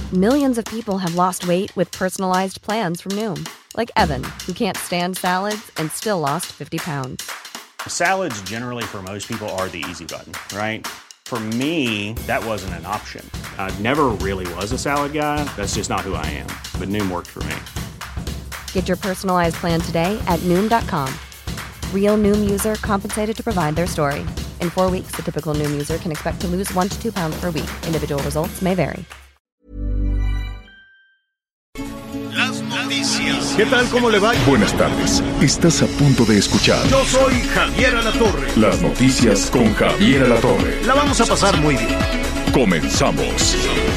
Millions of people have lost weight with personalized plans from Noom. Like Evan, who can't stand salads and still lost 50 pounds. Salads generally for most people are the easy button, right? For me, that wasn't an option. I never really was a salad guy. That's just not who I am. But Noom worked for me. Get your personalized plan today at Noom.com. Real Noom user compensated to provide their story. In 4 weeks, the typical Noom user can expect to lose 1 to 2 pounds per week. Individual results may vary. Las noticias. ¿Qué tal? ¿Cómo le va? Buenas tardes. Estás a punto de escuchar. Yo soy Javier Alatorre. Las noticias con Javier Alatorre. La vamos a pasar muy bien. Comenzamos.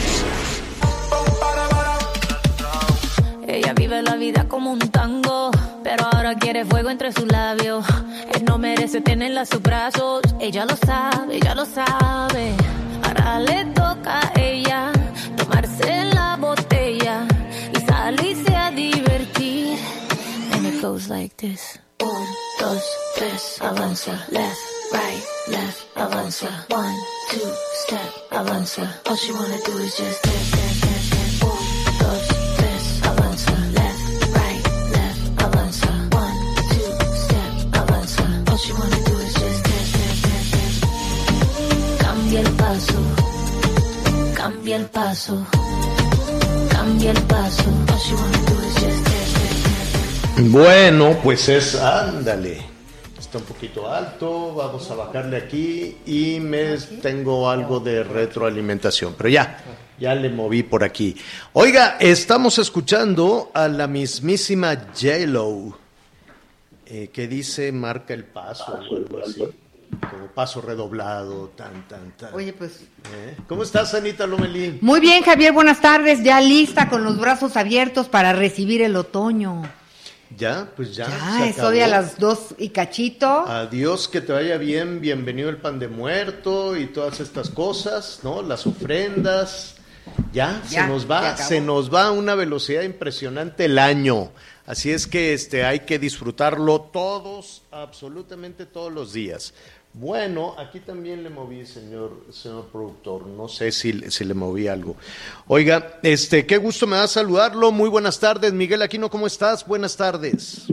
Ella vive la vida como un tango, pero ahora quiere fuego entre sus labios. Él no merece tenerla a sus brazos. Ella lo sabe, ella lo sabe. Ahora le toca a ella tomarse la botella y salirse a divertir. And it goes like this. 1, 2, 3, avanza. Left, right, left, avanza. 1, 2, step, avanza. All she wanna do is just dance, dance, dance, dance. 1, 2, 3, avanza. Left, right, left, avanza. 1, 2, step, avanza. All she wanna do is just dance, dance, dance, dance. Cambia el paso, cambia el paso, cambia el paso. All she wanna do is just dance, dance, dance. Bueno, pues ándale. Está un poquito alto, vamos a bajarle aquí y tengo algo de retroalimentación, pero ya le moví por aquí. Oiga, estamos escuchando a la mismísima J-Lo, que dice marca el paso o algo así, como paso redoblado, tan. Oye, pues... ¿Cómo estás, Anita Lomelí? Muy bien, Javier, buenas tardes, ya lista con los brazos abiertos para recibir el otoño. Ya Ya, es hoy a las 2 y cachito. Adiós, que te vaya bien, bienvenido el pan de muerto y todas estas cosas, ¿no? Las ofrendas. Ya se nos va a una velocidad impresionante el año. Así es que hay que disfrutarlo todos, absolutamente todos los días. Bueno, aquí también le moví, señor productor, no sé si le moví algo. Oiga, qué gusto me da saludarlo, muy buenas tardes, Miguel Aquino, ¿cómo estás? Buenas tardes.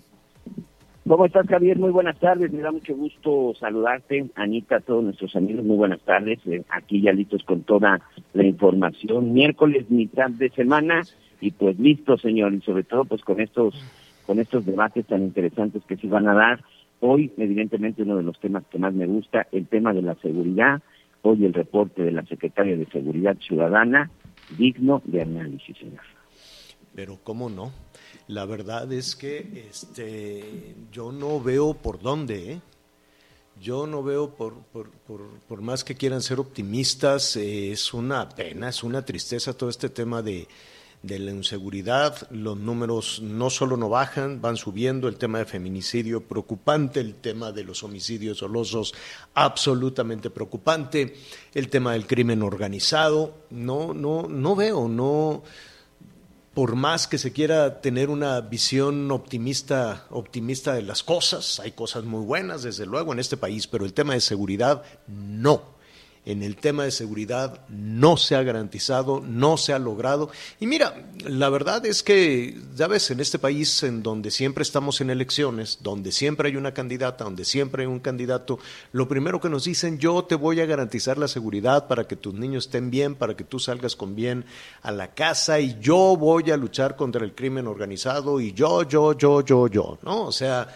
¿Cómo estás, Javier? Muy buenas tardes, me da mucho gusto saludarte, Anita, a todos nuestros amigos, muy buenas tardes, aquí ya listos con toda la información, miércoles, mitad de semana, y pues listo, señor, y sobre todo pues con estos debates tan interesantes que se van a dar. Hoy, evidentemente, uno de los temas que más me gusta, el tema de la seguridad. Hoy el reporte de la Secretaria de Seguridad Ciudadana, digno de análisis, señor. Pero cómo no, la verdad es que yo no veo por dónde, Yo no veo por más que quieran ser optimistas, es una pena, es una tristeza todo este tema de la inseguridad. Los números no solo no bajan, van subiendo. El tema de feminicidio preocupante, el tema de los homicidios dolosos absolutamente preocupante, el tema del crimen organizado. No veo, por más que se quiera tener una visión optimista de las cosas, hay cosas muy buenas desde luego en este país, pero el tema de seguridad no. En el tema de seguridad no se ha garantizado, no se ha logrado. Y mira, la verdad es que, ya ves, en este país en donde siempre estamos en elecciones, donde siempre hay una candidata, donde siempre hay un candidato, lo primero que nos dicen, yo te voy a garantizar la seguridad para que tus niños estén bien, para que tú salgas con bien a la casa, y yo voy a luchar contra el crimen organizado, y yo, ¿no? O sea...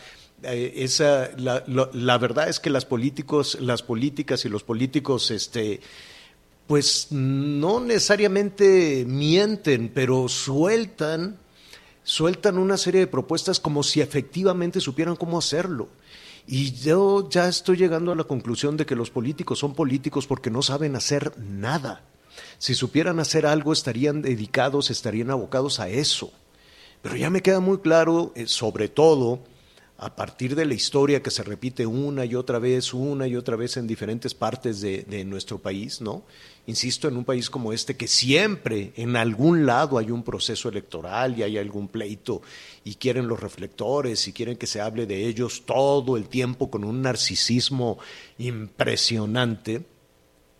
la verdad es que las políticas y los políticos pues no necesariamente mienten, pero sueltan una serie de propuestas como si efectivamente supieran cómo hacerlo. Y yo ya estoy llegando a la conclusión de que los políticos son políticos porque no saben hacer nada. Si supieran hacer algo, estarían abocados a eso. Pero ya me queda muy claro, sobre todo a partir de la historia que se repite una y otra vez en diferentes partes de nuestro país, ¿no? Insisto, en un país como este, que siempre en algún lado hay un proceso electoral y hay algún pleito y quieren los reflectores y quieren que se hable de ellos todo el tiempo con un narcisismo impresionante.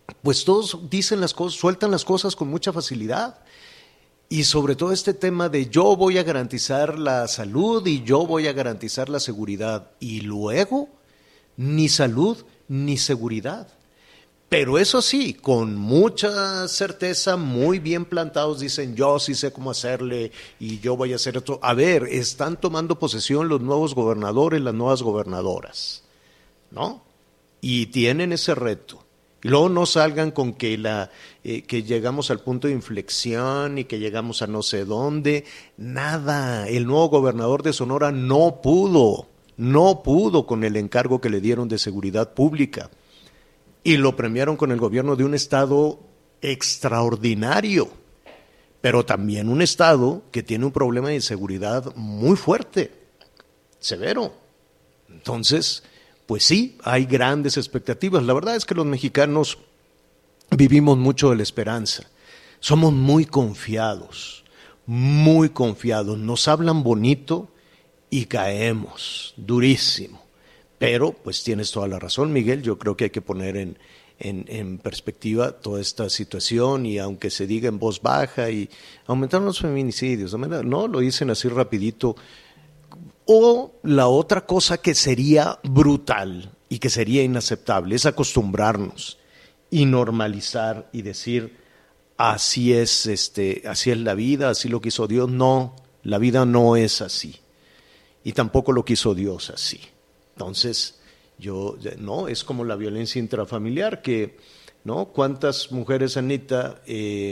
pues todos dicen las cosas, sueltan las cosas con mucha facilidad. Y sobre todo este tema de yo voy a garantizar la salud y yo voy a garantizar la seguridad. Y luego, ni salud ni seguridad. Pero eso sí, con mucha certeza, muy bien plantados, dicen yo sí sé cómo hacerle y yo voy a hacer esto. A ver, están tomando posesión los nuevos gobernadores, las nuevas gobernadoras, ¿no? Y tienen ese reto. Y luego no salgan con que que llegamos al punto de inflexión y que llegamos a no sé dónde. Nada, el nuevo gobernador de Sonora no pudo con el encargo que le dieron de seguridad pública. Y lo premiaron con el gobierno de un estado extraordinario, pero también un estado que tiene un problema de inseguridad muy fuerte, severo. Entonces, pues sí, hay grandes expectativas. La verdad es que los mexicanos vivimos mucho de la esperanza. Somos muy confiados, nos hablan bonito y caemos durísimo. Pero, pues tienes toda la razón, Miguel, yo creo que hay que poner en perspectiva toda esta situación y aunque se diga en voz baja y aumentaron los feminicidios, no, lo dicen así rapidito. O la otra cosa que sería brutal y que sería inaceptable es acostumbrarnos y normalizar y decir así es la vida, así lo quiso Dios. No, la vida no es así y tampoco lo quiso Dios así. Entonces, no, es como la violencia intrafamiliar, que, ¿no? ¿Cuántas mujeres, Anita,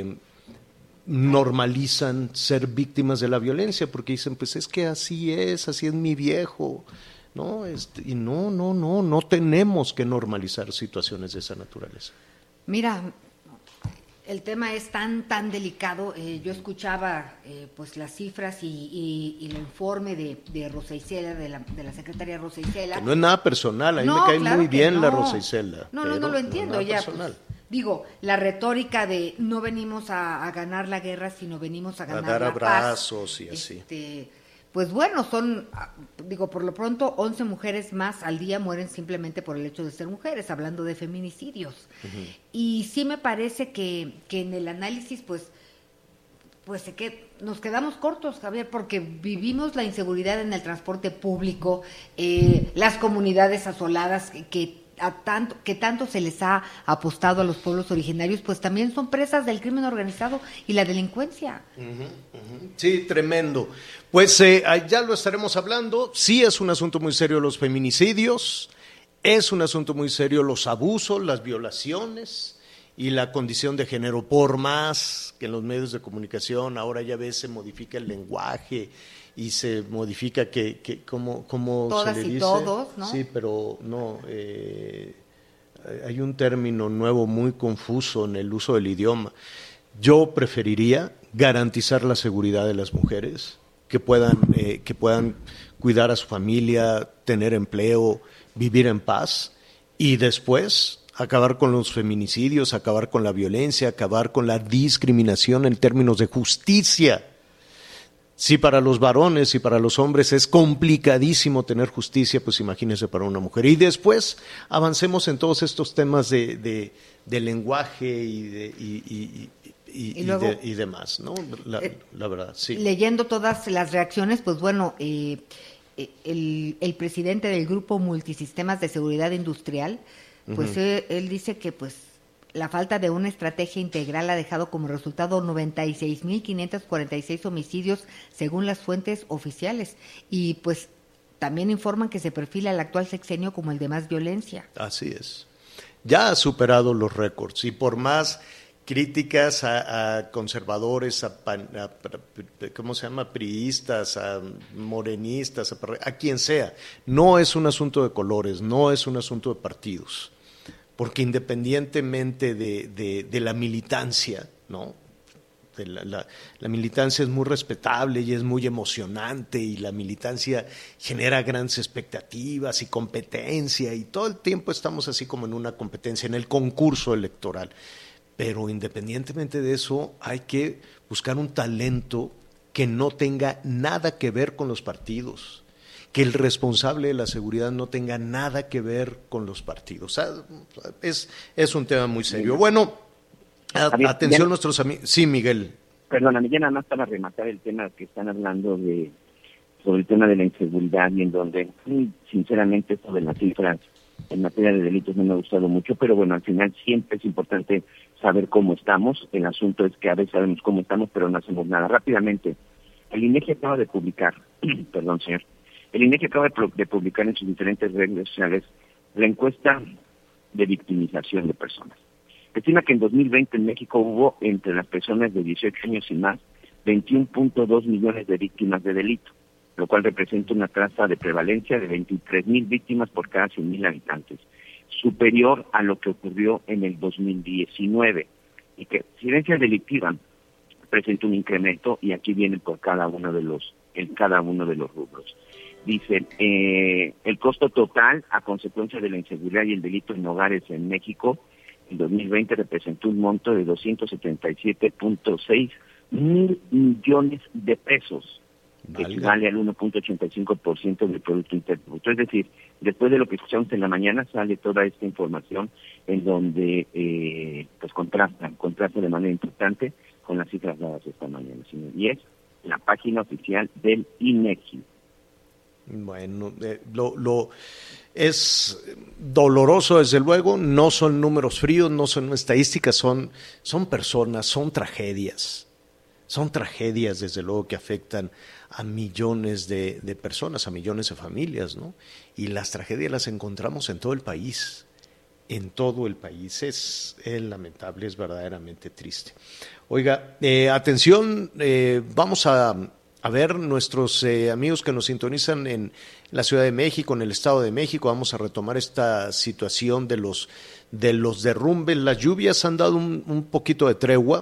normalizan ser víctimas de la violencia? Porque dicen, pues es que así es mi viejo, ¿no? Y no tenemos que normalizar situaciones de esa naturaleza. Mira, el tema es tan delicado. Yo escuchaba pues las cifras y el informe de Rosa Isela, de la secretaria Rosa Isela. Que no es nada personal, a mí me cae muy bien la Rosa Isela. No lo entiendo no ya. Pues, digo, la retórica de no venimos a ganar la guerra, sino venimos a ganar la paz. A dar abrazos y así. Pues bueno, por lo pronto 11 mujeres más al día mueren simplemente por el hecho de ser mujeres, hablando de feminicidios. Uh-huh. Y sí me parece que en el análisis, pues nos quedamos cortos, Javier, porque vivimos la inseguridad en el transporte público, las comunidades asoladas que tanto se les ha apostado a los pueblos originarios, pues también son presas del crimen organizado y la delincuencia. Sí, tremendo. Pues ya lo estaremos hablando. Sí, es un asunto muy serio los feminicidios, es un asunto muy serio los abusos, las violaciones y la condición de género. Por más que en los medios de comunicación ahora ya ves se modifica el lenguaje y se modifica que como todas se le dice. Y todos, ¿no? Sí, pero no, hay un término nuevo muy confuso en el uso del idioma. Yo preferiría garantizar la seguridad de las mujeres, que puedan cuidar a su familia, tener empleo, vivir en paz, y después acabar con los feminicidios, acabar con la violencia, acabar con la discriminación en términos de justicia. Si para los varones y para los hombres es complicadísimo tener justicia, pues imagínense para una mujer. Y después avancemos en todos estos temas de lenguaje y demás, ¿no? La verdad, sí. Leyendo todas las reacciones, pues bueno, el presidente del Grupo Multisistemas de Seguridad Industrial, pues él dice que pues la falta de una estrategia integral ha dejado como resultado 96.546 homicidios según las fuentes oficiales. Y pues también informan que se perfila el actual sexenio como el de más violencia. Así es. Ya ha superado los récords y por más críticas a conservadores, ¿cómo se llama? Priistas, a morenistas, a quien sea. No es un asunto de colores, no es un asunto de partidos. Porque independientemente de la militancia, ¿no? La militancia es muy respetable y es muy emocionante y la militancia genera grandes expectativas y competencia y todo el tiempo estamos así como en una competencia, en el concurso electoral. Pero independientemente de eso hay que buscar un talento que no tenga nada que ver con los partidos, que el responsable de la seguridad no tenga nada que ver con los partidos. O sea, es un tema muy serio. Bueno, atención a nuestros amigos. Sí, Miguel. Perdóname, ya nada más para rematar el tema que están hablando sobre el tema de la inseguridad, y en donde, sinceramente, esto de las cifras en materia de delitos no me ha gustado mucho, pero bueno, al final siempre es importante saber cómo estamos. El asunto es que a veces sabemos cómo estamos, pero no hacemos nada. Rápidamente, el INEGI acaba de publicar, perdón, señor, el INEGI acaba de publicar en sus diferentes redes sociales la encuesta de victimización de personas. Estima que en 2020 en México hubo, entre las personas de 18 años y más, 21.2 millones de víctimas de delito, lo cual representa una tasa de prevalencia de 23,000 víctimas por cada 100,000 habitantes, superior a lo que ocurrió en el 2019, y que incidencia delictiva presenta un incremento, y aquí viene por cada uno de los rubros. Dice, el costo total a consecuencia de la inseguridad y el delito en hogares en México en 2020 representó un monto de 277.6 mil millones de pesos, que equivale al 1.85% del Producto Interno Bruto. Es decir, después de lo que escuchamos en la mañana, sale toda esta información en donde pues contrasta de manera importante con las cifras dadas esta mañana, señor. Y es la página oficial del INEGI. Bueno, es doloroso, desde luego, no son números fríos, no son estadísticas, son personas, son tragedias, desde luego, que afectan a millones de personas, a millones de familias, ¿no? Y las tragedias las encontramos en todo el país, es lamentable, es verdaderamente triste. Oiga, atención, vamos a ver nuestros amigos que nos sintonizan en la Ciudad de México, en el Estado de México. Vamos a retomar esta situación de los derrumbes. Las lluvias han dado un poquito de tregua.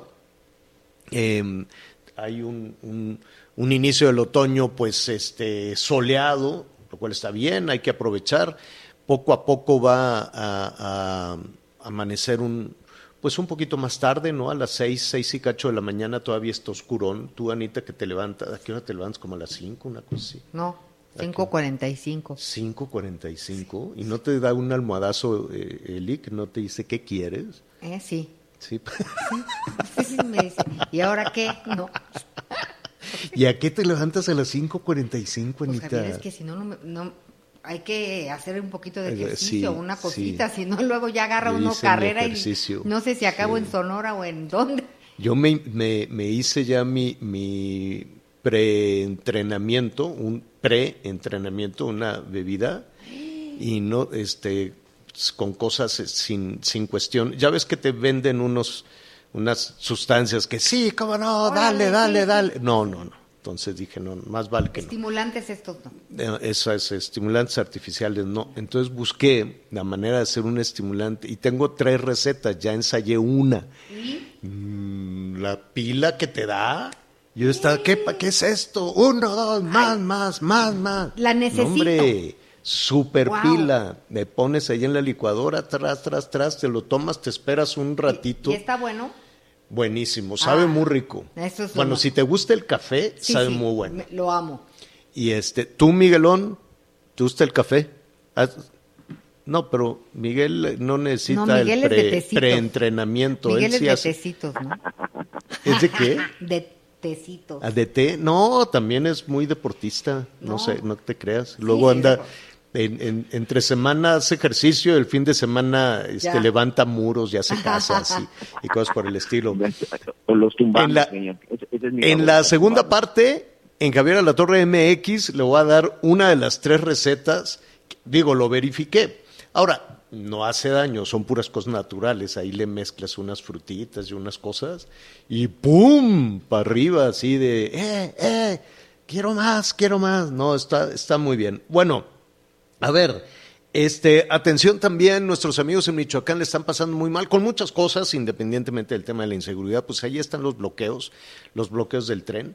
Hay un inicio del otoño pues soleado, lo cual está bien, hay que aprovechar. Poco a poco va a amanecer un poquito más tarde, ¿no? A las 6 y cacho de la mañana todavía está oscurón. Tú, Anita, que te levantas, ¿a qué hora te levantas? ¿Como a las 5, una cosa así? No, 5:45. 5:45, ¿y no te da un almohadazo, Elic? ¿No te dice qué quieres? Sí. Sí. Sí, me dice, ¿y ahora qué? No. ¿Y a qué te levantas a las 5:45, Anita? Pues, Javier, es que si no hay que hacer un poquito de ejercicio, una cosita, si no luego ya agarra uno carrera y no sé si acabo en Sonora o en dónde. Yo me hice ya mi preentrenamiento, una bebida, y no con cosas sin cuestión. Ya ves que te venden unas sustancias que sí, cómo no, dale. No. Entonces dije, no, más vale que estimulantes estos no. Esas estimulantes artificiales no. Entonces busqué la manera de hacer un estimulante y tengo 3 recetas, ya ensayé una. La pila que te da. Yo estaba, ¿qué es esto? 1, 2, más. La necesito. No, hombre, super pila. Me pones ahí en la licuadora, tras, te lo tomas, te esperas un ratito. ¿Y está bueno? Buenísimo, sabe muy rico. Eso es bueno, si te gusta el café, sabe muy bueno. Lo amo. Y tú, Miguelón, ¿te gusta el café? No, pero Miguel no necesita el preentrenamiento. Miguel es de tecitos, ¿no? ¿Es de qué? De tecitos. ¿De té? No, también es muy deportista, no sé, no te creas. Luego anda... Entre semana hace ejercicio, el fin de semana levanta muros, ya se casa así, y cosas por el estilo. O los tumbamos, en la segunda parte, en Javier Alatorre MX, le voy a dar una de las 3 recetas. Lo verifiqué. Ahora, no hace daño, son puras cosas naturales. Ahí le mezclas unas frutitas y unas cosas, y ¡pum! Para arriba, así de, quiero más. No, está muy bien. Bueno, a ver, atención también, nuestros amigos en Michoacán le están pasando muy mal con muchas cosas, independientemente del tema de la inseguridad. Pues ahí están los bloqueos del tren.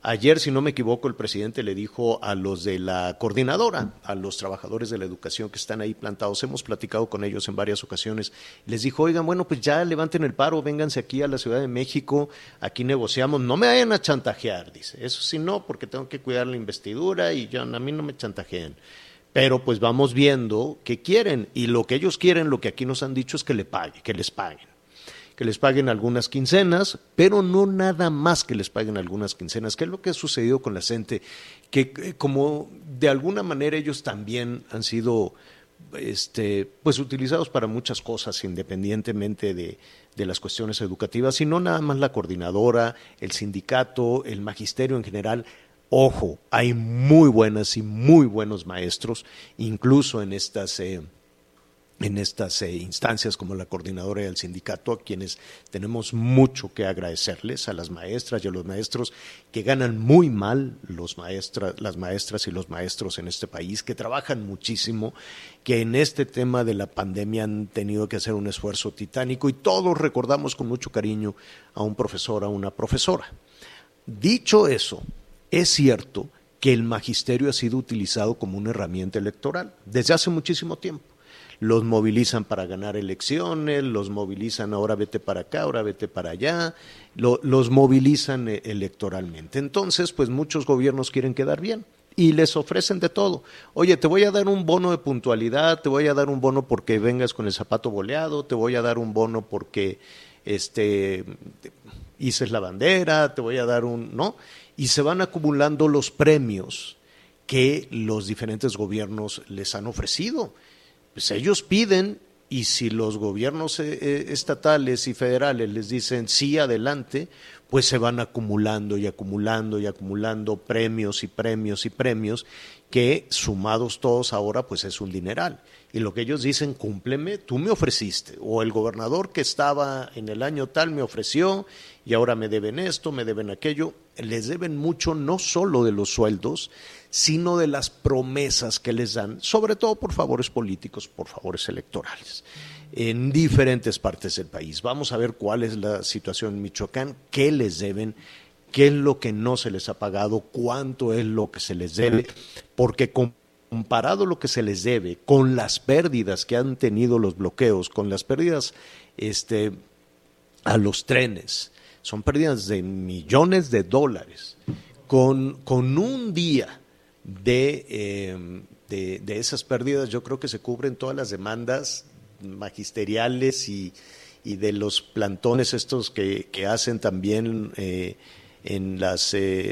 Ayer, si no me equivoco, el presidente le dijo a los de la coordinadora, a los trabajadores de la educación que están ahí plantados, hemos platicado con ellos en varias ocasiones, les dijo, oigan, bueno, pues ya levanten el paro, vénganse aquí a la Ciudad de México, aquí negociamos, no me vayan a chantajear, dice, eso sí no, porque tengo que cuidar la investidura y a mí no me chantajeen. Pero pues vamos viendo qué quieren, y lo que ellos quieren, lo que aquí nos han dicho es que les paguen algunas quincenas, pero no nada más que les paguen algunas quincenas, que es lo que ha sucedido con la CENTE, que como de alguna manera ellos también han sido pues utilizados para muchas cosas, independientemente de las cuestiones educativas, y no nada más la coordinadora, el sindicato, el magisterio en general. Ojo, hay muy buenas y muy buenos maestros, incluso en estas instancias como la coordinadora y el sindicato, a quienes tenemos mucho que agradecerles, a las maestras y a los maestros que ganan muy mal, las maestras y los maestros en este país, que trabajan muchísimo, que en este tema de la pandemia han tenido que hacer un esfuerzo titánico, y todos recordamos con mucho cariño a un profesor, a una profesora. Dicho eso, es cierto que el magisterio ha sido utilizado como una herramienta electoral desde hace muchísimo tiempo. Los movilizan para ganar elecciones, los movilizan ahora vete para acá, ahora vete para allá, los movilizan electoralmente. Entonces, pues muchos gobiernos quieren quedar bien y les ofrecen de todo. Oye, te voy a dar un bono de puntualidad, te voy a dar un bono porque vengas con el zapato boleado, te voy a dar un bono porque hices la bandera, te voy a dar ¿no? Y se van acumulando los premios que los diferentes gobiernos les han ofrecido. Pues ellos piden, y si los gobiernos estatales y federales les dicen sí, adelante, pues se van acumulando y acumulando y acumulando premios y premios y premios, que sumados todos ahora pues es un dineral. Y lo que ellos dicen, cúmpleme, tú me ofreciste, o el gobernador que estaba en el año tal me ofreció y ahora me deben esto, me deben aquello. Les deben mucho, no solo de los sueldos, sino de las promesas que les dan, sobre todo por favores políticos, por favores electorales, en diferentes partes del país. Vamos a ver cuál es la situación en Michoacán, qué les deben, qué es lo que no se les ha pagado, cuánto es lo que se les debe, porque comparado lo que se les debe con las pérdidas que han tenido los bloqueos, con las pérdidas a los trenes, son pérdidas de millones de dólares, con un día de esas pérdidas yo creo que se cubren todas las demandas magisteriales y de los plantones estos que hacen también en las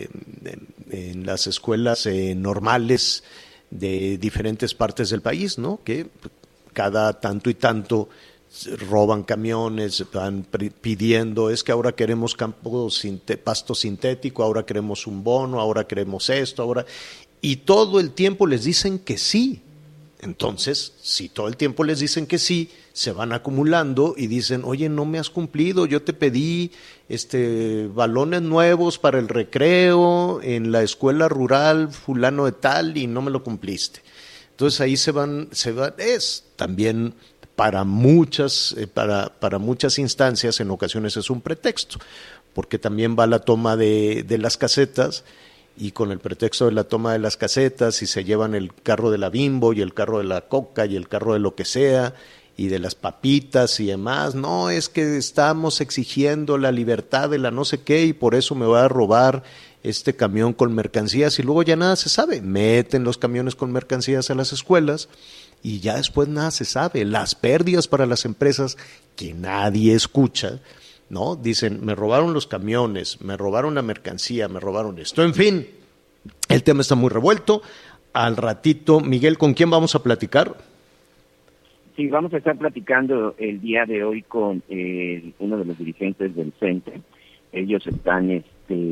escuelas normales de diferentes partes del país, ¿no? Que cada tanto y tanto roban camiones, van pidiendo, es que ahora queremos pasto sintético, ahora queremos un bono, ahora queremos esto, ahora, y todo el tiempo les dicen que sí. Entonces, si todo el tiempo les dicen que sí, se van acumulando y dicen, oye, no me has cumplido, yo te pedí balones nuevos para el recreo en la escuela rural fulano de tal y no me lo cumpliste. Entonces ahí se van, es también para muchas instancias, en ocasiones es un pretexto, porque también va la toma de las casetas, y con el pretexto de la toma de las casetas, y se llevan el carro de la Bimbo y el carro de la Coca y el carro de lo que sea, y de las papitas y demás. No, es que estamos exigiendo la libertad de la no sé qué y por eso me voy a robar este camión con mercancías, y luego ya nada se sabe. Meten los camiones con mercancías a las escuelas y ya después nada se sabe. Las pérdidas para las empresas que nadie escucha, ¿no? Dicen, me robaron los camiones, me robaron la mercancía, me robaron esto. En fin, el tema está muy revuelto. Al ratito, Miguel, ¿con quién vamos a platicar? Sí, vamos a estar platicando el día de hoy con uno de los dirigentes del CENTE. Ellos están,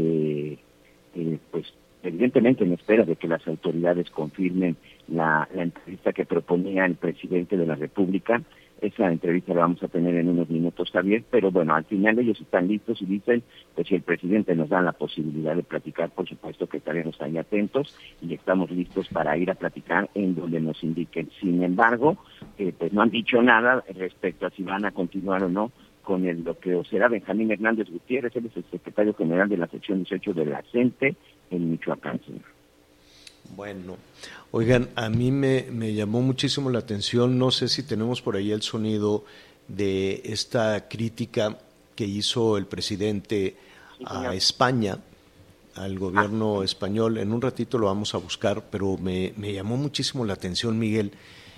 pues, evidentemente en espera de que las autoridades confirmen la entrevista que proponía el presidente de la República. Esa entrevista la vamos a tener en unos minutos, Javier, pero bueno, al final ellos están listos y dicen, pues si el presidente nos da la posibilidad de platicar, por supuesto que estaremos ahí atentos y estamos listos para ir a platicar en donde nos indiquen. Sin embargo, pues no han dicho nada respecto a si van a continuar o no con lo que será Benjamín Hernández Gutiérrez. Él es el secretario general de la sección 18 de la CENTE, en Michoacán, señor. Bueno, oigan, a mí me llamó muchísimo la atención, no sé si tenemos por ahí el sonido de esta crítica que hizo el presidente a España, al gobierno español. En un ratito lo vamos a buscar, pero me llamó muchísimo la atención, Miguel.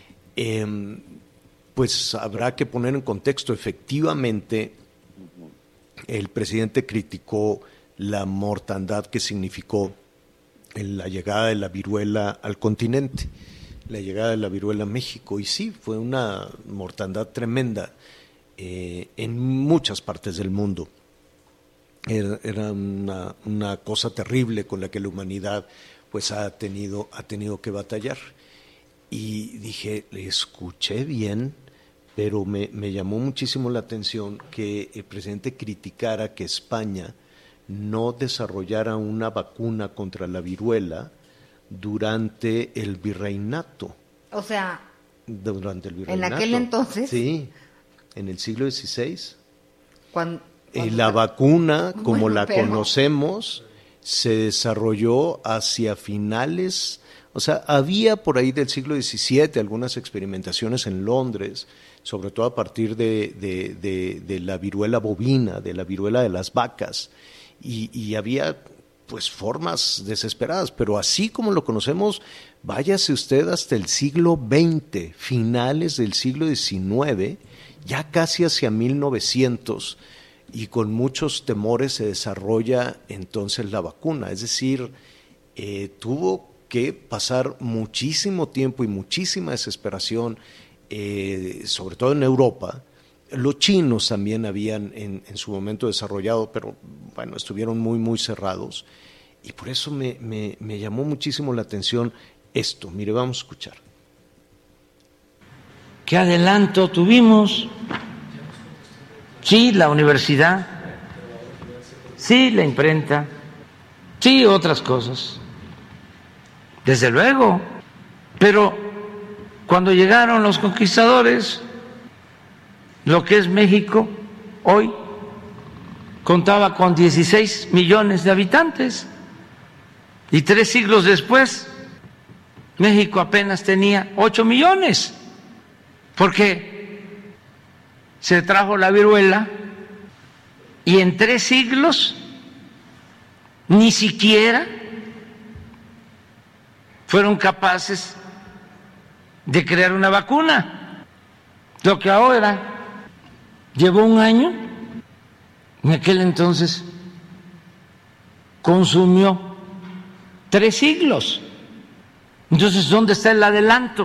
Pues habrá que poner en contexto, efectivamente, el presidente criticó la mortandad que significó la llegada de la viruela al continente, la llegada de la viruela a México, y sí, fue una mortandad tremenda en muchas partes del mundo. Era una cosa terrible con la que la humanidad pues ha tenido que batallar. Y dije, escuché bien, pero me llamó muchísimo la atención que el presidente criticara que España no desarrollara una vacuna contra la viruela durante el virreinato. O sea, durante el virreinato. ¿En aquel entonces? Sí, en el siglo XVI. La vacuna, como la conocemos, se desarrolló hacia finales, o sea, había por ahí del siglo XVII algunas experimentaciones en Londres, sobre todo a partir de la viruela bovina, de la viruela de las vacas, y había pues formas desesperadas, pero así como lo conocemos, váyase usted hasta el siglo XX, finales del siglo XIX, ya casi hacia 1900, y con muchos temores se desarrolla entonces la vacuna. Es decir, tuvo que pasar muchísimo tiempo y muchísima desesperación, sobre todo en Europa. Los chinos también habían en su momento desarrollado, pero bueno, estuvieron muy, muy cerrados. Y por eso me llamó muchísimo la atención esto. Mire, vamos a escuchar. ¿Qué adelanto tuvimos? Sí, la universidad, sí, la imprenta, sí, otras cosas, desde luego, pero cuando llegaron los conquistadores, lo que es México hoy contaba con 16 millones de habitantes y 3 siglos después México apenas tenía 8 millones, porque se trajo la viruela y en 3 siglos ni siquiera fueron capaces de crear una vacuna. Lo que ahora llevó 1 año, en aquel entonces consumió 3 siglos. Entonces, ¿dónde está el adelanto?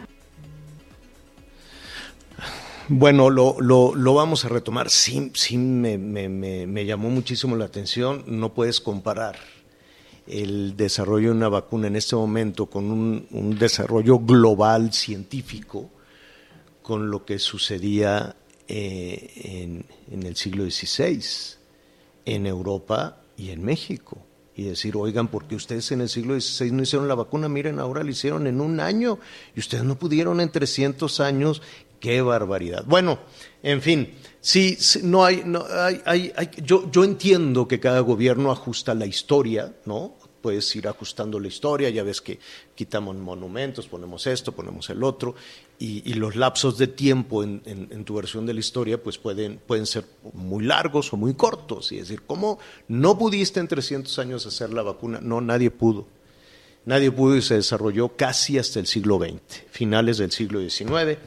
Bueno, lo vamos a retomar. Sí, me llamó muchísimo la atención. No puedes comparar el desarrollo de una vacuna en este momento con un desarrollo global científico con lo que sucedía en el siglo XVI, en Europa y en México. Y decir, oigan, ¿por qué ustedes en el siglo XVI no hicieron la vacuna? Miren, ahora la hicieron en 1 año y ustedes no pudieron en 300 años. ¡Qué barbaridad! Bueno, en fin, sí, yo entiendo que cada gobierno ajusta la historia, ¿no? Puedes ir ajustando la historia, ya ves que quitamos monumentos, ponemos esto, ponemos el otro, y los lapsos de tiempo en tu versión de la historia pues pueden ser muy largos o muy cortos, y decir, ¿cómo no pudiste en 300 años hacer la vacuna? No, nadie pudo. Nadie pudo y se desarrolló casi hasta el siglo XX, finales del siglo XIX,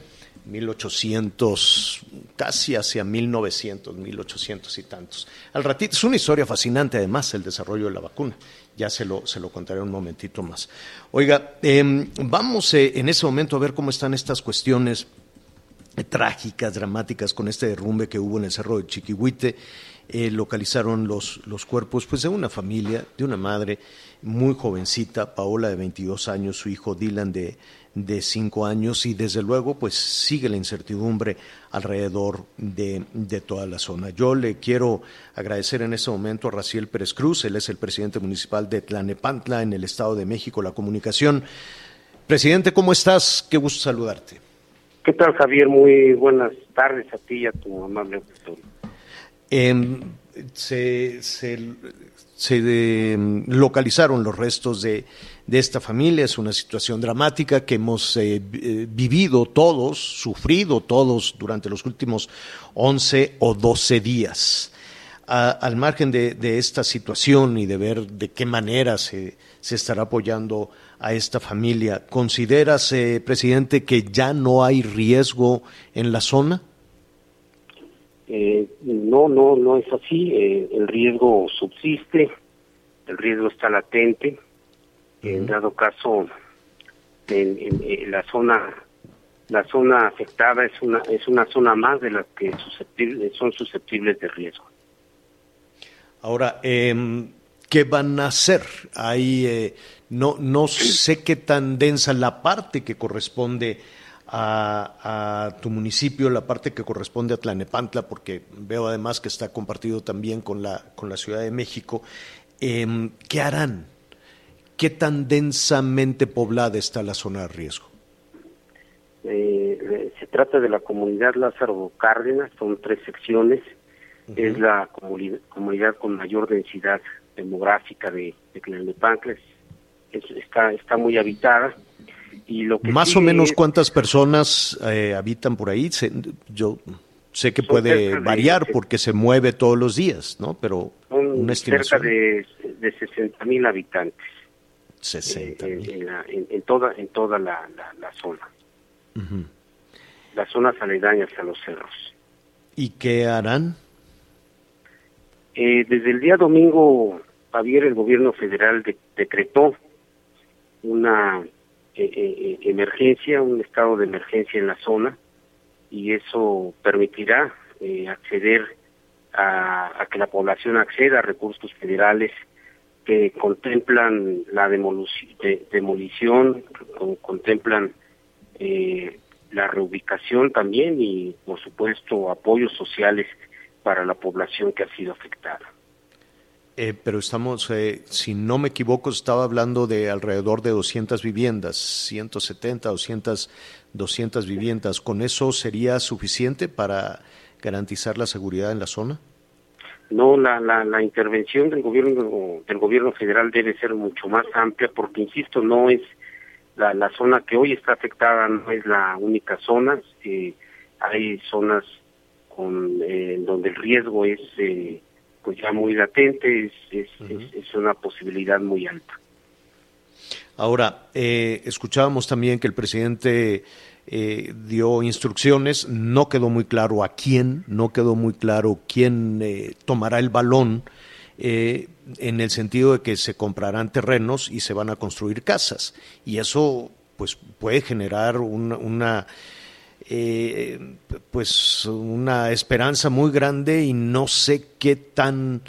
1800, casi hacia 1900, 1800 y tantos. Al ratito, es una historia fascinante además el desarrollo de la vacuna, ya se lo contaré un momentito más. Oiga, vamos en ese momento a ver cómo están estas cuestiones trágicas, dramáticas con este derrumbe que hubo en el Cerro de Chiquihuite. Localizaron los cuerpos pues de una familia, de una madre muy jovencita, Paola de 22 años, su hijo Dylan de 5 años, y desde luego pues sigue la incertidumbre alrededor de toda la zona. Yo le quiero agradecer en este momento a Raciel Pérez Cruz, él es el presidente municipal de Tlalnepantla en el Estado de México, la comunicación. Presidente, ¿cómo estás? Qué gusto saludarte. ¿Qué tal, Javier? Muy buenas tardes a ti y a tu amable auditorio. se localizaron los restos de esta familia. Es una situación dramática que hemos vivido todos, sufrido todos durante los últimos 11 o 12 días. Al margen de esta situación y de ver de qué manera se estará apoyando a esta familia, ¿consideras, presidente, que ya no hay riesgo en la zona? No es así. El riesgo subsiste, el riesgo está latente. En dado caso, en la zona afectada es una zona más de las que son susceptibles de riesgo. Ahora, ¿qué van a hacer? No sé qué tan densa la parte que corresponde a tu municipio, la parte que corresponde a Tlalnepantla, porque veo además que está compartido también con la Ciudad de México. ¿Qué harán? ¿Qué tan densamente poblada está la zona de riesgo? Se trata de la comunidad Lázaro Cárdenas, son 3 secciones. Es la comunidad con mayor densidad demográfica de Tlalnepantla. Está muy habitada. Y lo que más o menos cuántas personas habitan por ahí. Yo sé que puede variar porque se mueve todos los días, ¿no? Pero una estimación. Cerca de 60,000 habitantes. 60,000 en toda la zona. Las zonas aledañas a los cerros. ¿Y qué harán? Desde el día domingo, Javier, el gobierno federal decretó una emergencia, un estado de emergencia en la zona, y eso permitirá acceder a que la población acceda a recursos federales que contemplan la demolición, contemplan la reubicación también y, por supuesto, apoyos sociales para la población que ha sido afectada. Pero estamos, si no me equivoco, estaba hablando de alrededor de 200 viviendas, 170, 200 viviendas. ¿Con eso sería suficiente para garantizar la seguridad en la zona? No, la intervención del gobierno federal debe ser mucho más amplia porque, insisto, no es la zona que hoy está afectada, no es la única zona. Hay zonas donde el riesgo es pues ya muy latente, es una posibilidad muy alta. Ahora, escuchábamos también que el presidente dio instrucciones, no quedó muy claro quién tomará el balón, en el sentido de que se comprarán terrenos y se van a construir casas, y eso pues puede generar una esperanza muy grande, y no sé qué tan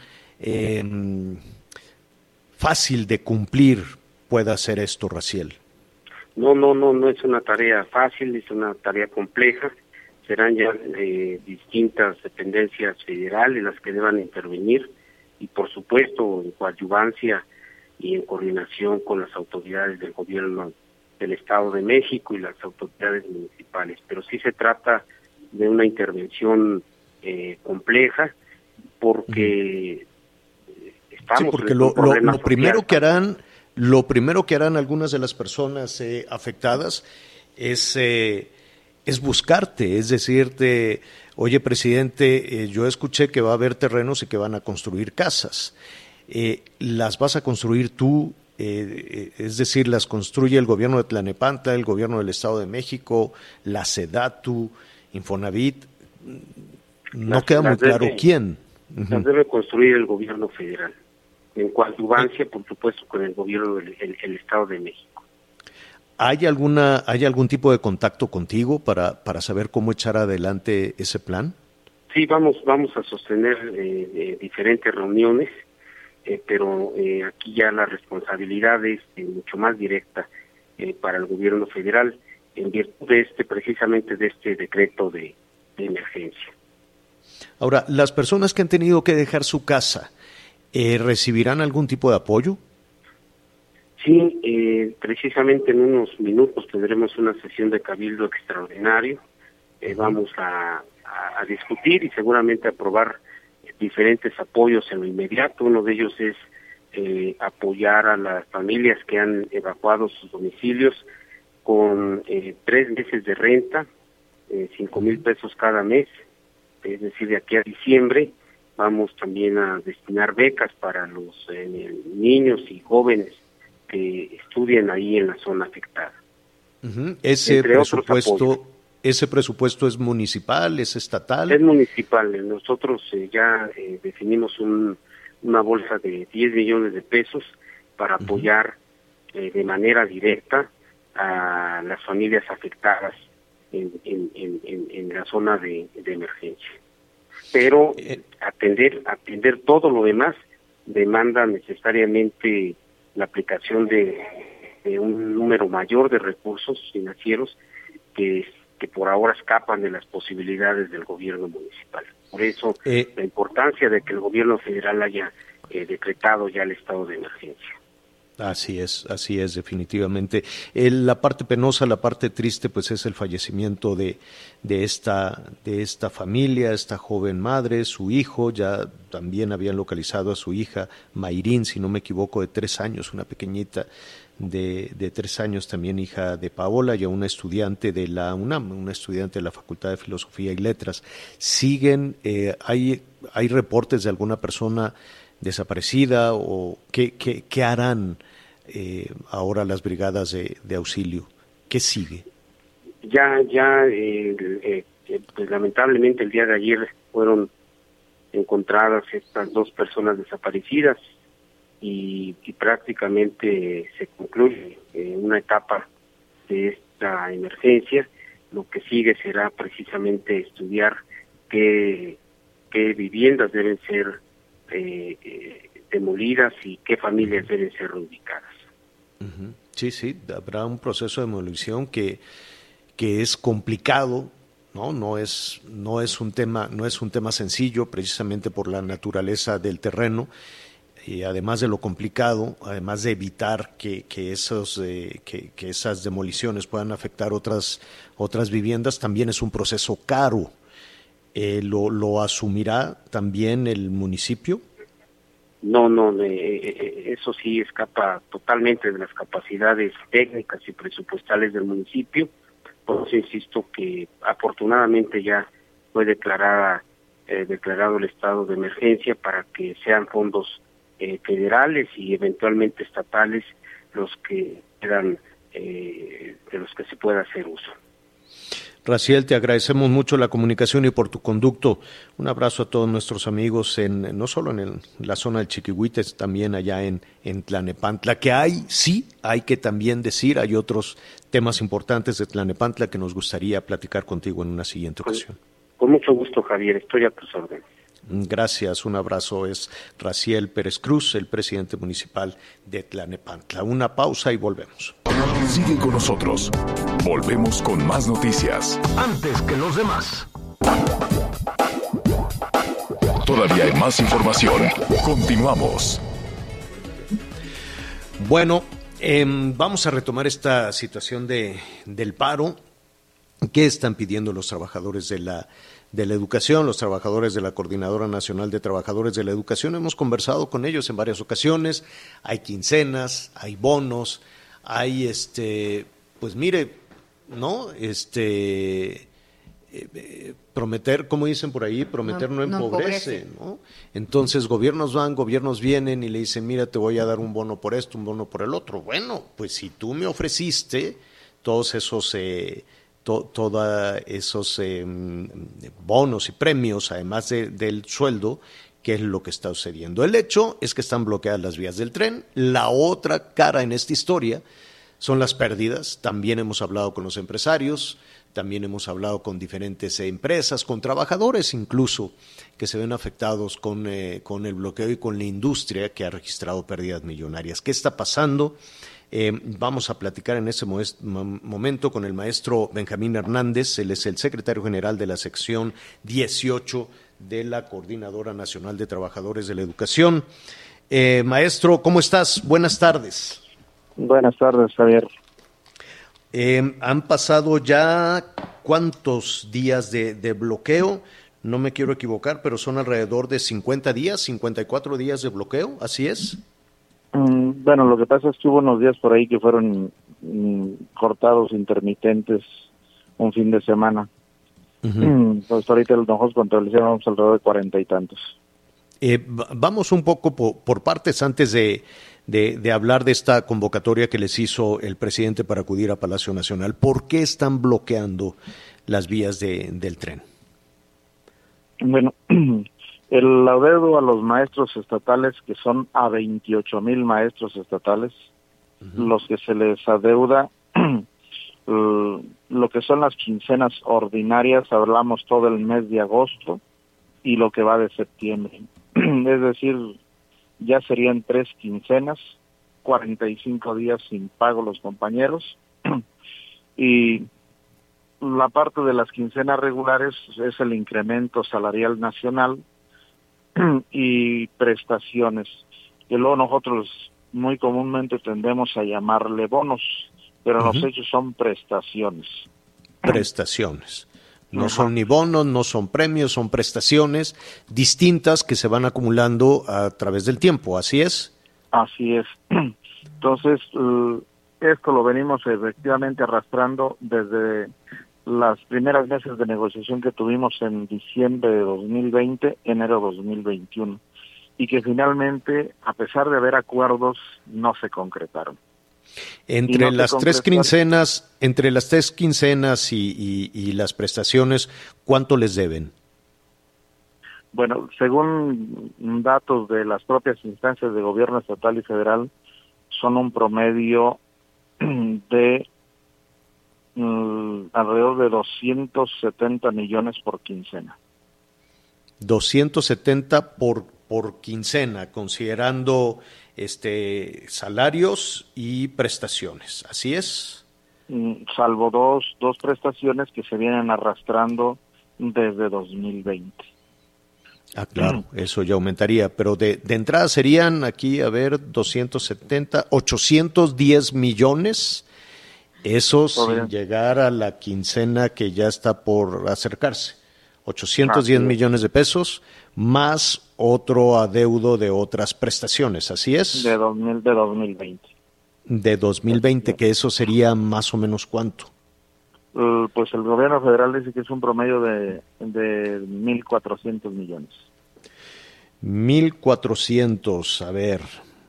fácil de cumplir pueda ser esto, Raciel. No es una tarea fácil, es una tarea compleja. Serán ya distintas dependencias federales las que deban intervenir, y por supuesto en coadyuvancia y en coordinación con las autoridades del gobierno del Estado de México y las autoridades municipales. Pero sí se trata de una intervención compleja, porque estamos... Sí, porque lo primero que harán... Lo primero que harán algunas de las personas afectadas es buscarte, es decirte, oye, presidente, yo escuché que va a haber terrenos y que van a construir casas. ¿Las vas a construir tú? Es decir, ¿las construye el gobierno de Tlalnepantla, el gobierno del Estado de México, la SEDATU, Infonavit? No queda muy claro quién. Las debe construir el gobierno federal, en coadyuvancia, por supuesto, con el gobierno del Estado de México. ¿Hay algún tipo de contacto contigo para saber cómo echar adelante ese plan? Sí, vamos a sostener diferentes reuniones, pero aquí ya la responsabilidad es mucho más directa para el gobierno federal, en virtud de precisamente de este decreto de emergencia. Ahora, las personas que han tenido que dejar su casa, ¿recibirán algún tipo de apoyo? Sí, precisamente en unos minutos tendremos una sesión de cabildo extraordinario. Vamos a discutir y seguramente aprobar diferentes apoyos en lo inmediato. Uno de ellos es apoyar a las familias que han evacuado sus domicilios con 3 meses de renta, 5,000 pesos cada mes, es decir, de aquí a diciembre. Vamos también a destinar becas para los niños y jóvenes que estudian ahí en la zona afectada. Ese presupuesto es municipal, es estatal. Es municipal. Nosotros ya definimos una bolsa de 10 millones de pesos para apoyar de manera directa a las familias afectadas en la zona de emergencia. Pero atender todo lo demás demanda necesariamente la aplicación de un número mayor de recursos financieros que por ahora escapan de las posibilidades del gobierno municipal. Por eso la importancia de que el gobierno federal haya decretado ya el estado de emergencia. Así es, definitivamente. La parte penosa, la parte triste, pues es el fallecimiento de esta familia, esta joven madre, su hijo. Ya también habían localizado a su hija, Mayrín, si no me equivoco, de 3 años, una pequeñita de 3 años, también hija de Paola, y a una estudiante de la UNAM, una estudiante de la Facultad de Filosofía y Letras. Siguen, hay reportes de alguna persona desaparecida, o qué harán ahora las brigadas de auxilio? ¿Qué sigue? Pues lamentablemente el día de ayer fueron encontradas estas 2 personas desaparecidas y prácticamente se concluye una etapa de esta emergencia. Lo que sigue será precisamente estudiar qué viviendas deben ser demolidas y qué familias deben ser reubicadas. Sí, habrá un proceso de demolición que es complicado, no es un tema sencillo, precisamente por la naturaleza del terreno, y además de lo complicado, además de evitar que esas demoliciones puedan afectar otras viviendas, también es un proceso caro. ¿Lo asumirá también el municipio? No, eso sí escapa totalmente de las capacidades técnicas y presupuestales del municipio. Por eso insisto que afortunadamente ya fue declarado el estado de emergencia para que sean fondos federales y eventualmente estatales los que quedan, de los que se pueda hacer uso. Raciel, te agradecemos mucho la comunicación y por tu conducto. Un abrazo a todos nuestros amigos, no solo en la zona del Chiquihuites, también allá en Tlalnepantla, que hay que también decir, hay otros temas importantes de Tlalnepantla que nos gustaría platicar contigo en una siguiente ocasión. Con mucho gusto, Javier, estoy a tus órdenes. Gracias, un abrazo. Es Raciel Pérez Cruz, el presidente municipal de Tlalnepantla. Una pausa y volvemos. Sigue con nosotros. Volvemos con más noticias. Antes que los demás. Todavía hay más información. Continuamos. Bueno, vamos a retomar esta situación del paro. ¿Qué están pidiendo los trabajadores de la educación, los trabajadores de la Coordinadora Nacional de Trabajadores de la Educación? Hemos conversado con ellos en varias ocasiones. Hay quincenas, hay bonos, hay pues mire, ¿no? Prometer, como dicen por ahí, prometer no empobrece, ¿no? Entonces gobiernos van, gobiernos vienen y le dicen, mira, te voy a dar un bono por esto, un bono por el otro. Bueno, pues si tú me ofreciste todos esos bonos y premios, además del sueldo, ¿qué es lo que está sucediendo? El hecho es que están bloqueadas las vías del tren. La otra cara en esta historia son las pérdidas. También hemos hablado con los empresarios, también hemos hablado con diferentes empresas, con trabajadores incluso, que se ven afectados con el bloqueo y con la industria que ha registrado pérdidas millonarias. ¿Qué está pasando? Vamos a platicar en ese momento con el maestro Benjamín Hernández. Él es el secretario general de la sección 18 de la Coordinadora Nacional de Trabajadores de la Educación. Maestro, ¿cómo estás? Buenas tardes. Buenas tardes, Javier. Han pasado ya ¿cuántos días de bloqueo? no me quiero equivocar, pero son alrededor de 50 días, 54 días de bloqueo, ¿así es? Bueno, lo que pasa es que hubo unos días por ahí que fueron cortados intermitentes un fin de semana. Pues ahorita los ojos contabilizamos alrededor de 40 y tantos. Vamos un poco por partes antes de hablar de esta convocatoria que les hizo el presidente para acudir a Palacio Nacional. ¿Por qué están bloqueando las vías del tren? Bueno, el adeudo a los maestros estatales, que son a 28,000 maestros estatales, los que se les adeuda lo que son las quincenas ordinarias, hablamos todo el mes de agosto y lo que va de septiembre. Es decir, ya serían 3 quincenas, 45 días sin pago los compañeros, y la parte de las quincenas regulares es el incremento salarial nacional y prestaciones, que luego nosotros muy comúnmente tendemos a llamarle bonos, pero en los hechos son prestaciones. Prestaciones. No son ni bonos, no son premios, son prestaciones distintas que se van acumulando a través del tiempo, ¿así es? Así es. Entonces, esto lo venimos efectivamente arrastrando desde las primeras meses de negociación que tuvimos en diciembre de 2020, enero de 2021, y que finalmente, a pesar de haber acuerdos, no se concretaron. Entre las tres quincenas y las prestaciones, ¿cuánto les deben? Bueno, según datos de las propias instancias de gobierno estatal y federal, son un promedio de alrededor de 270 millones por quincena. 270 por quincena, considerando salarios y prestaciones, ¿así es? Salvo dos prestaciones que se vienen arrastrando desde 2020. Ah, claro, eso ya aumentaría, pero de entrada serían aquí, 270, 810 millones, eso sin llegar a la quincena que ya está por acercarse. 810 millones de pesos, más otro adeudo de otras prestaciones, ¿así es? De 2020. De 2020, que eso sería más o menos ¿cuánto? Pues el gobierno federal dice que es un promedio de 1.400 millones. 1.400,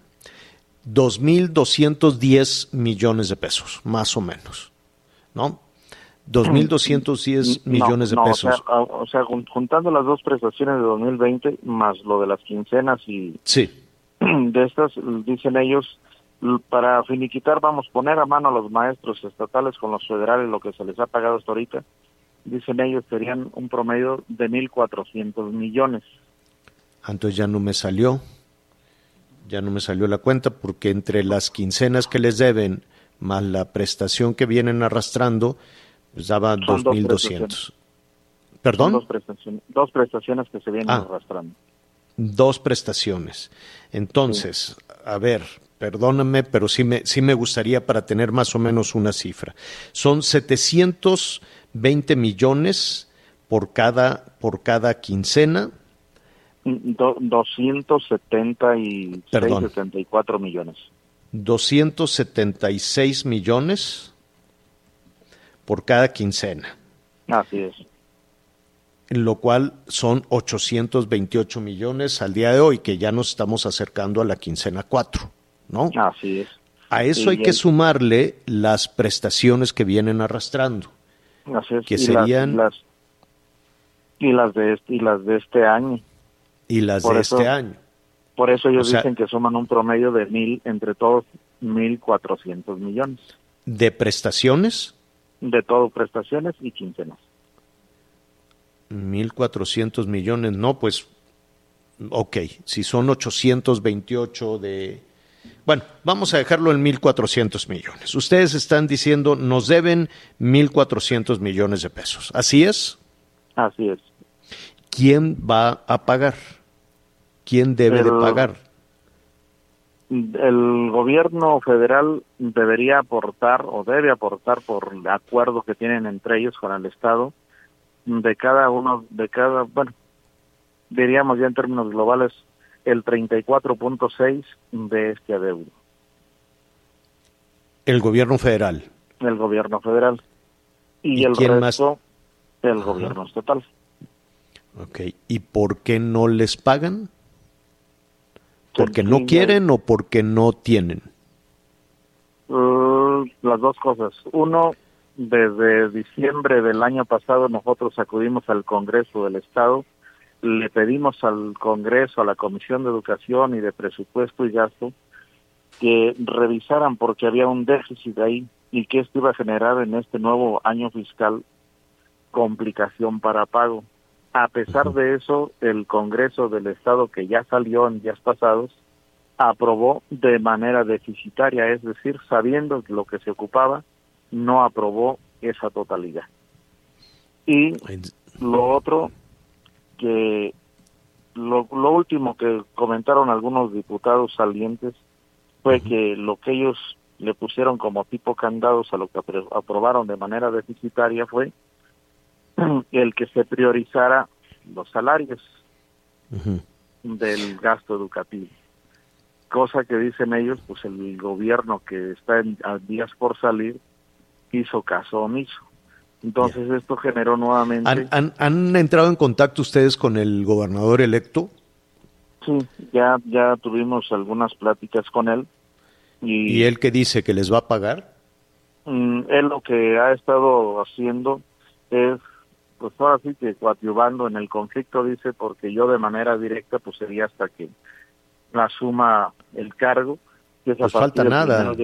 2.210 millones de pesos, más o menos, ¿no? 2.210 millones de pesos. O sea, juntando las dos prestaciones de 2020 más lo de las quincenas y de estas, dicen ellos, para finiquitar vamos a poner a mano a los maestros estatales con los federales lo que se les ha pagado hasta ahorita, dicen ellos serían un promedio de 1.400 millones. Entonces ya no me salió la cuenta, porque entre las quincenas que les deben más la prestación que vienen arrastrando, pues daba 2.200. ¿Perdón? Dos prestaciones que se vienen arrastrando. 2 prestaciones. Entonces, perdóname, pero sí me gustaría para tener más o menos una cifra. Son 720 millones por cada quincena. 274 millones. 276 millones por cada quincena. Así es. Lo cual son 828 millones al día de hoy, que ya nos estamos acercando a la quincena 4, ¿no? Así es. A eso hay que sumarle las prestaciones que vienen arrastrando. Así es. Que serían las de este año. Y las de este año. Por eso ellos dicen que suman un promedio de entre todos 1.400 millones. ¿De prestaciones? De todo, prestaciones y quincenas. 1.400 millones, no, pues, ok, si son 828 bueno, vamos a dejarlo en 1.400 millones. Ustedes están diciendo, nos deben 1.400 millones de pesos, ¿así es? Así es. ¿Quién va a pagar? ¿Quién debe de pagar? El gobierno federal debería aportar o debe aportar por el acuerdo que tienen entre ellos con el Estado diríamos ya en términos globales, el 34.6% de este adeudo. El gobierno federal. El gobierno federal. Y el resto, el gobierno estatal. Ok, ¿y por qué no les pagan? ¿Porque no quieren o porque no tienen? Las dos cosas. Uno, desde diciembre del año pasado nosotros acudimos al Congreso del Estado, le pedimos al Congreso, a la Comisión de Educación y de Presupuesto y Gasto, que revisaran porque había un déficit ahí y que esto iba a generar en este nuevo año fiscal complicación para pago. A pesar de eso, el Congreso del Estado, que ya salió en días pasados, aprobó de manera deficitaria, es decir, sabiendo lo que se ocupaba, no aprobó esa totalidad. Y lo otro, que lo último que comentaron algunos diputados salientes fue que lo que ellos le pusieron como tipo candados a lo que aprobaron de manera deficitaria fue el que se priorizara los salarios del gasto educativo. Cosa que dicen ellos, pues el gobierno que está a días por salir hizo caso omiso. Entonces esto generó nuevamente... ¿Han entrado en contacto ustedes con el gobernador electo? Sí, ya tuvimos algunas pláticas con él. ¿Y él qué dice? ¿Que les va a pagar? Él lo que ha estado haciendo es, pues ahora sí que coadyuvando en el conflicto, dice, porque yo de manera directa pues sería hasta que asuma el cargo. Que pues falta nada,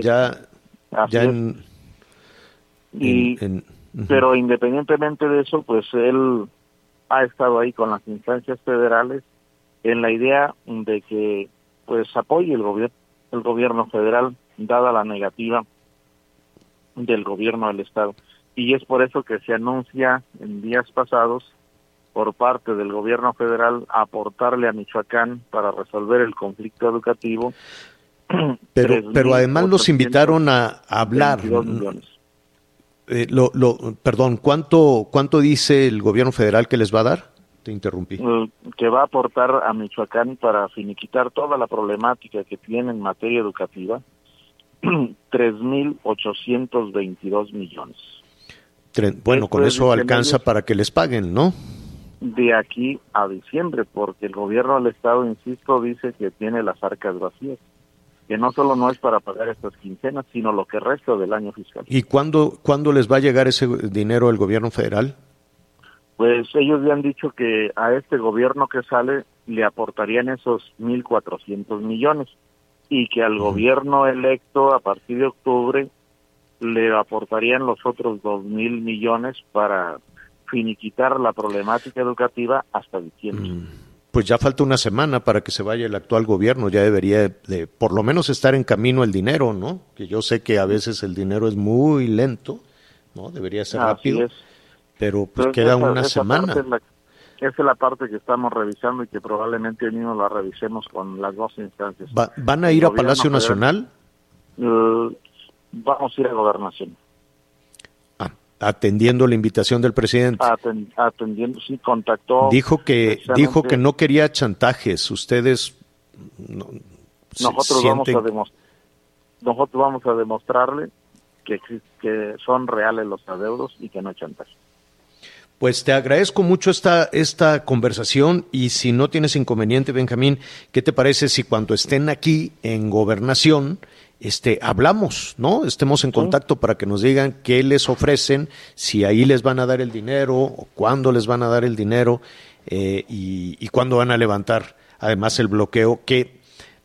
Pero independientemente de eso, pues él ha estado ahí con las instancias federales en la idea de que pues apoye el gobierno federal, dada la negativa del gobierno del Estado. Y es por eso que se anuncia en días pasados por parte del gobierno federal aportarle a Michoacán para resolver el conflicto educativo. Pero además los invitaron a hablar. Perdón, ¿cuánto dice el gobierno federal que les va a dar? Te interrumpí. Que va a aportar a Michoacán para finiquitar toda la problemática que tiene en materia educativa, 3,822 millones. Bueno, con eso alcanza para que les paguen, ¿no? De aquí a diciembre, porque el gobierno del Estado, insisto, dice que tiene las arcas vacías, que no solo no es para pagar estas quincenas, sino lo que resta del año fiscal. ¿Y cuándo les va a llegar ese dinero al gobierno federal? Pues ellos le han dicho que a este gobierno que sale le aportarían esos 1,400 millones y que al gobierno electo a partir de octubre le aportarían los otros 2,000 millones para finiquitar la problemática educativa hasta diciembre. Pues ya falta una semana para que se vaya el actual gobierno, ya debería de por lo menos estar en camino el dinero, ¿no? Que yo sé que a veces el dinero es muy lento, ¿no? Debería ser rápido, pero pues queda una semana. Esa es la parte que estamos revisando y que probablemente mismo la revisemos con las dos instancias. ¿Van a ir a Palacio Nacional? Vamos a ir a Gobernación. Atendiendo la invitación del presidente. Atendiendo, sí, contactó. Dijo que no quería chantajes. Ustedes nosotros vamos a demostrarle que son reales los adeudos y que no hay chantaje. Pues te agradezco mucho esta conversación y si no tienes inconveniente, Benjamín, ¿qué te parece si cuando estén aquí en Gobernación hablamos, ¿no? Estemos en contacto para que nos digan qué les ofrecen, si ahí les van a dar el dinero o cuándo les van a dar el dinero y cuándo van a levantar además el bloqueo, que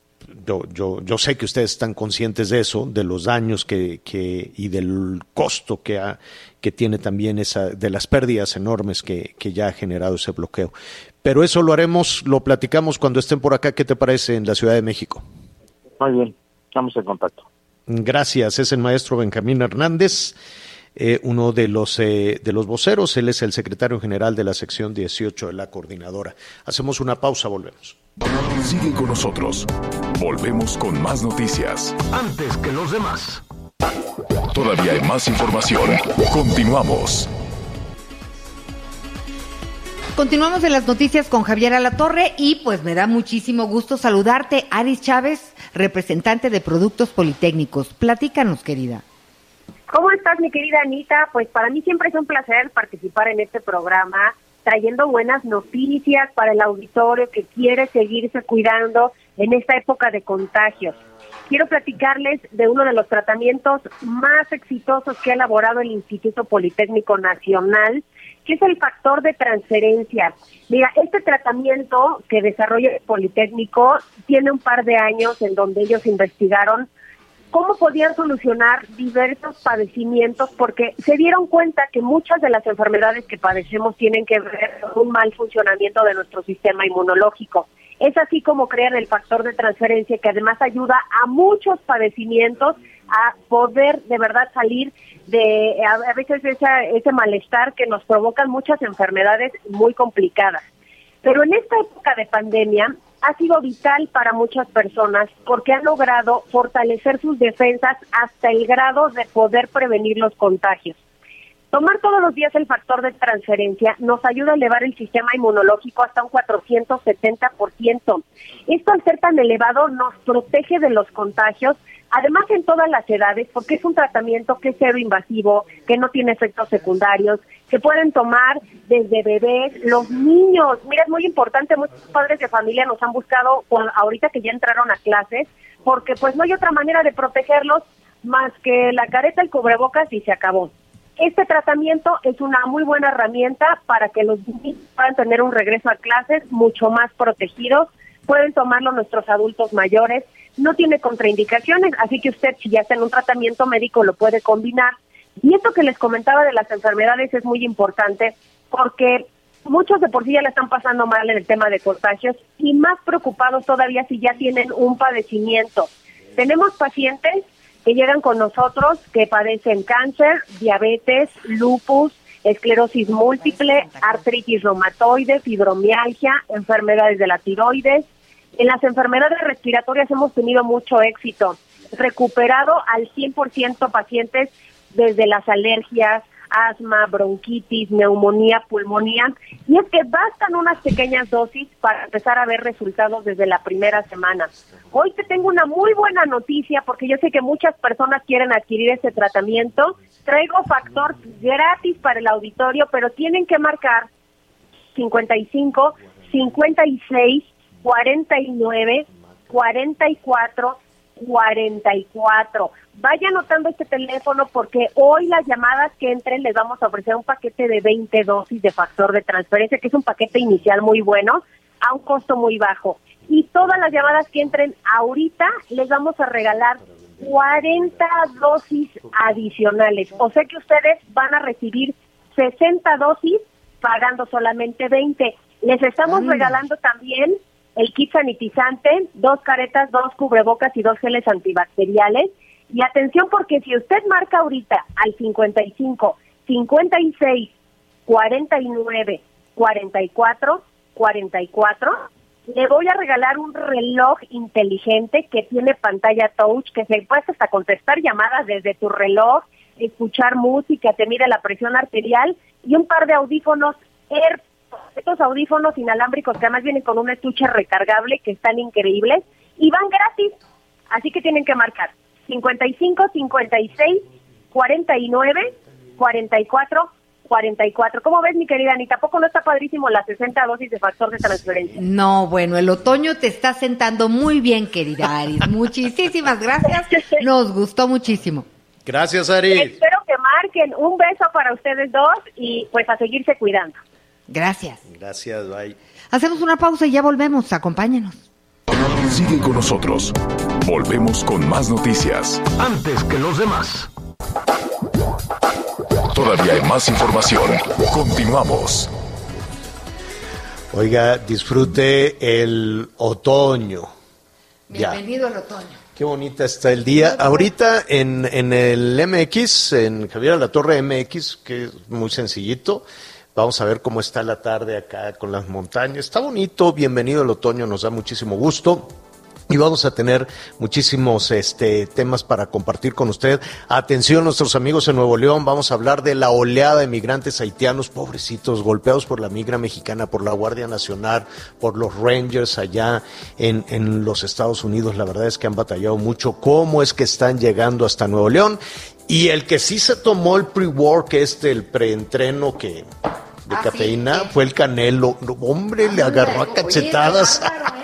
yo sé que ustedes están conscientes de eso, de los daños y del costo que tiene también de las pérdidas enormes que ya ha generado ese bloqueo. Pero eso lo platicamos cuando estén por acá. ¿Qué te parece en la Ciudad de México? Muy bien. Estamos en contacto. Gracias. Es el maestro Benjamín Hernández, uno de los voceros. Él es el secretario general de la sección 18 de la coordinadora. Hacemos una pausa, volvemos. Sigue con nosotros. Volvemos con más noticias. Antes que los demás. Todavía hay más información. Continuamos. Continuamos en las noticias con Javier Alatorre y pues me da muchísimo gusto saludarte, Aris Chávez, representante de Productos Politécnicos. Platícanos, querida. ¿Cómo estás, mi querida Anita? Pues para mí siempre es un placer participar en este programa, trayendo buenas noticias para el auditorio que quiere seguirse cuidando en esta época de contagios. Quiero platicarles de uno de los tratamientos más exitosos que ha elaborado el Instituto Politécnico Nacional, que es el factor de transferencia. Mira, este tratamiento que desarrolla el Politécnico tiene un par de años en donde ellos investigaron cómo podían solucionar diversos padecimientos, porque se dieron cuenta que muchas de las enfermedades que padecemos tienen que ver con un mal funcionamiento de nuestro sistema inmunológico. Es así como crean el factor de transferencia, que además ayuda a muchos padecimientos a poder de verdad salir de a veces ese malestar que nos provocan muchas enfermedades muy complicadas. Pero en esta época de pandemia ha sido vital para muchas personas porque han logrado fortalecer sus defensas hasta el grado de poder prevenir los contagios. Tomar todos los días el factor de transferencia nos ayuda a elevar el sistema inmunológico hasta un 470%. Esto, al ser tan elevado, nos protege de los contagios, además en todas las edades, porque es un tratamiento que es cero invasivo, que no tiene efectos secundarios, que pueden tomar desde bebés, los niños. Mira, es muy importante, muchos padres de familia nos han buscado ahorita que ya entraron a clases, porque pues no hay otra manera de protegerlos más que la careta, el cubrebocas y se acabó. Este tratamiento es una muy buena herramienta para que los niños puedan tener un regreso a clases mucho más protegidos. Pueden tomarlo nuestros adultos mayores, no tiene contraindicaciones, así que usted, si ya está en un tratamiento médico, lo puede combinar. Y esto que les comentaba de las enfermedades es muy importante porque muchos de por sí ya la están pasando mal en el tema de contagios y más preocupados todavía si ya tienen un padecimiento. Tenemos pacientes que llegan con nosotros que padecen cáncer, diabetes, lupus, esclerosis múltiple, artritis reumatoide, fibromialgia, enfermedades de la tiroides. En las enfermedades respiratorias hemos tenido mucho éxito. Recuperado al 100% pacientes desde las alergias, asma, bronquitis, neumonía, pulmonía. Y es que bastan unas pequeñas dosis para empezar a ver resultados desde la primera semana. Hoy te tengo una muy buena noticia porque yo sé que muchas personas quieren adquirir este tratamiento. Traigo factor gratis para el auditorio, pero tienen que marcar 55, 56, 49, 44, 44. Vaya anotando este teléfono porque hoy las llamadas que entren les vamos a ofrecer un paquete de 20 dosis de factor de transferencia, que es un paquete inicial muy bueno, a un costo muy bajo. Y todas las llamadas que entren ahorita les vamos a regalar 40 dosis adicionales. O sea que ustedes van a recibir 60 dosis pagando solamente 20. Les estamos regalando también el kit sanitizante, 2 caretas, 2 cubrebocas y 2 geles antibacteriales. Y atención porque si usted marca ahorita al 55, 56, 49, 44, 44, le voy a regalar un reloj inteligente que tiene pantalla touch, que se puede hasta contestar llamadas desde tu reloj, escuchar música, te mide la presión arterial y un par de audífonos AirPods. Estos audífonos inalámbricos que además vienen con un estuche recargable que están increíbles y van gratis. Así que tienen que marcar 55, 56, 49, 44, 44. ¿Cómo ves, mi querida Anita? ¿Poco no está padrísimo las 60 dosis de factor de transferencia? No, bueno, el otoño te está sentando muy bien, querida Aris. Muchísimas gracias. Nos gustó muchísimo. Gracias, Aris. Espero que marquen. Un beso para ustedes dos y pues a seguirse cuidando. Gracias. Gracias, bye. Hacemos una pausa y ya volvemos. Acompáñenos. Sigue con nosotros. Volvemos con más noticias. Antes que los demás. Todavía hay más información. Continuamos. Oiga, disfrute el otoño. Bienvenido al otoño. Qué bonita está el día. Ahorita en el MX, en Javier Alatorre MX, que es muy sencillito. Vamos a ver cómo está la tarde acá con las montañas. Está bonito, bienvenido el otoño, nos da muchísimo gusto. Y vamos a tener muchísimos temas para compartir con usted. Atención, nuestros amigos en Nuevo León, vamos a hablar de la oleada de migrantes haitianos, pobrecitos, golpeados por la migra mexicana, por la Guardia Nacional, por los Rangers allá en los Estados Unidos. La verdad es que han batallado mucho. ¿Cómo es que están llegando hasta Nuevo León? Y el que sí se tomó el pre-work, el preentreno de cafeína, sí, fue el Canelo. Hombre, le agarró a cachetadas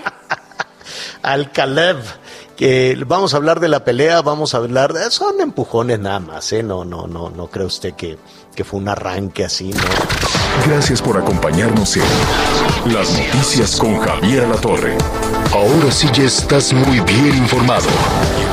al Caleb, que vamos a hablar de la pelea, vamos a hablar de... Son empujones nada más, no cree usted que fue un arranque así, ¿no? Gracias por acompañarnos en Las Noticias con Javier Alatorre. Ahora sí ya estás muy bien informado.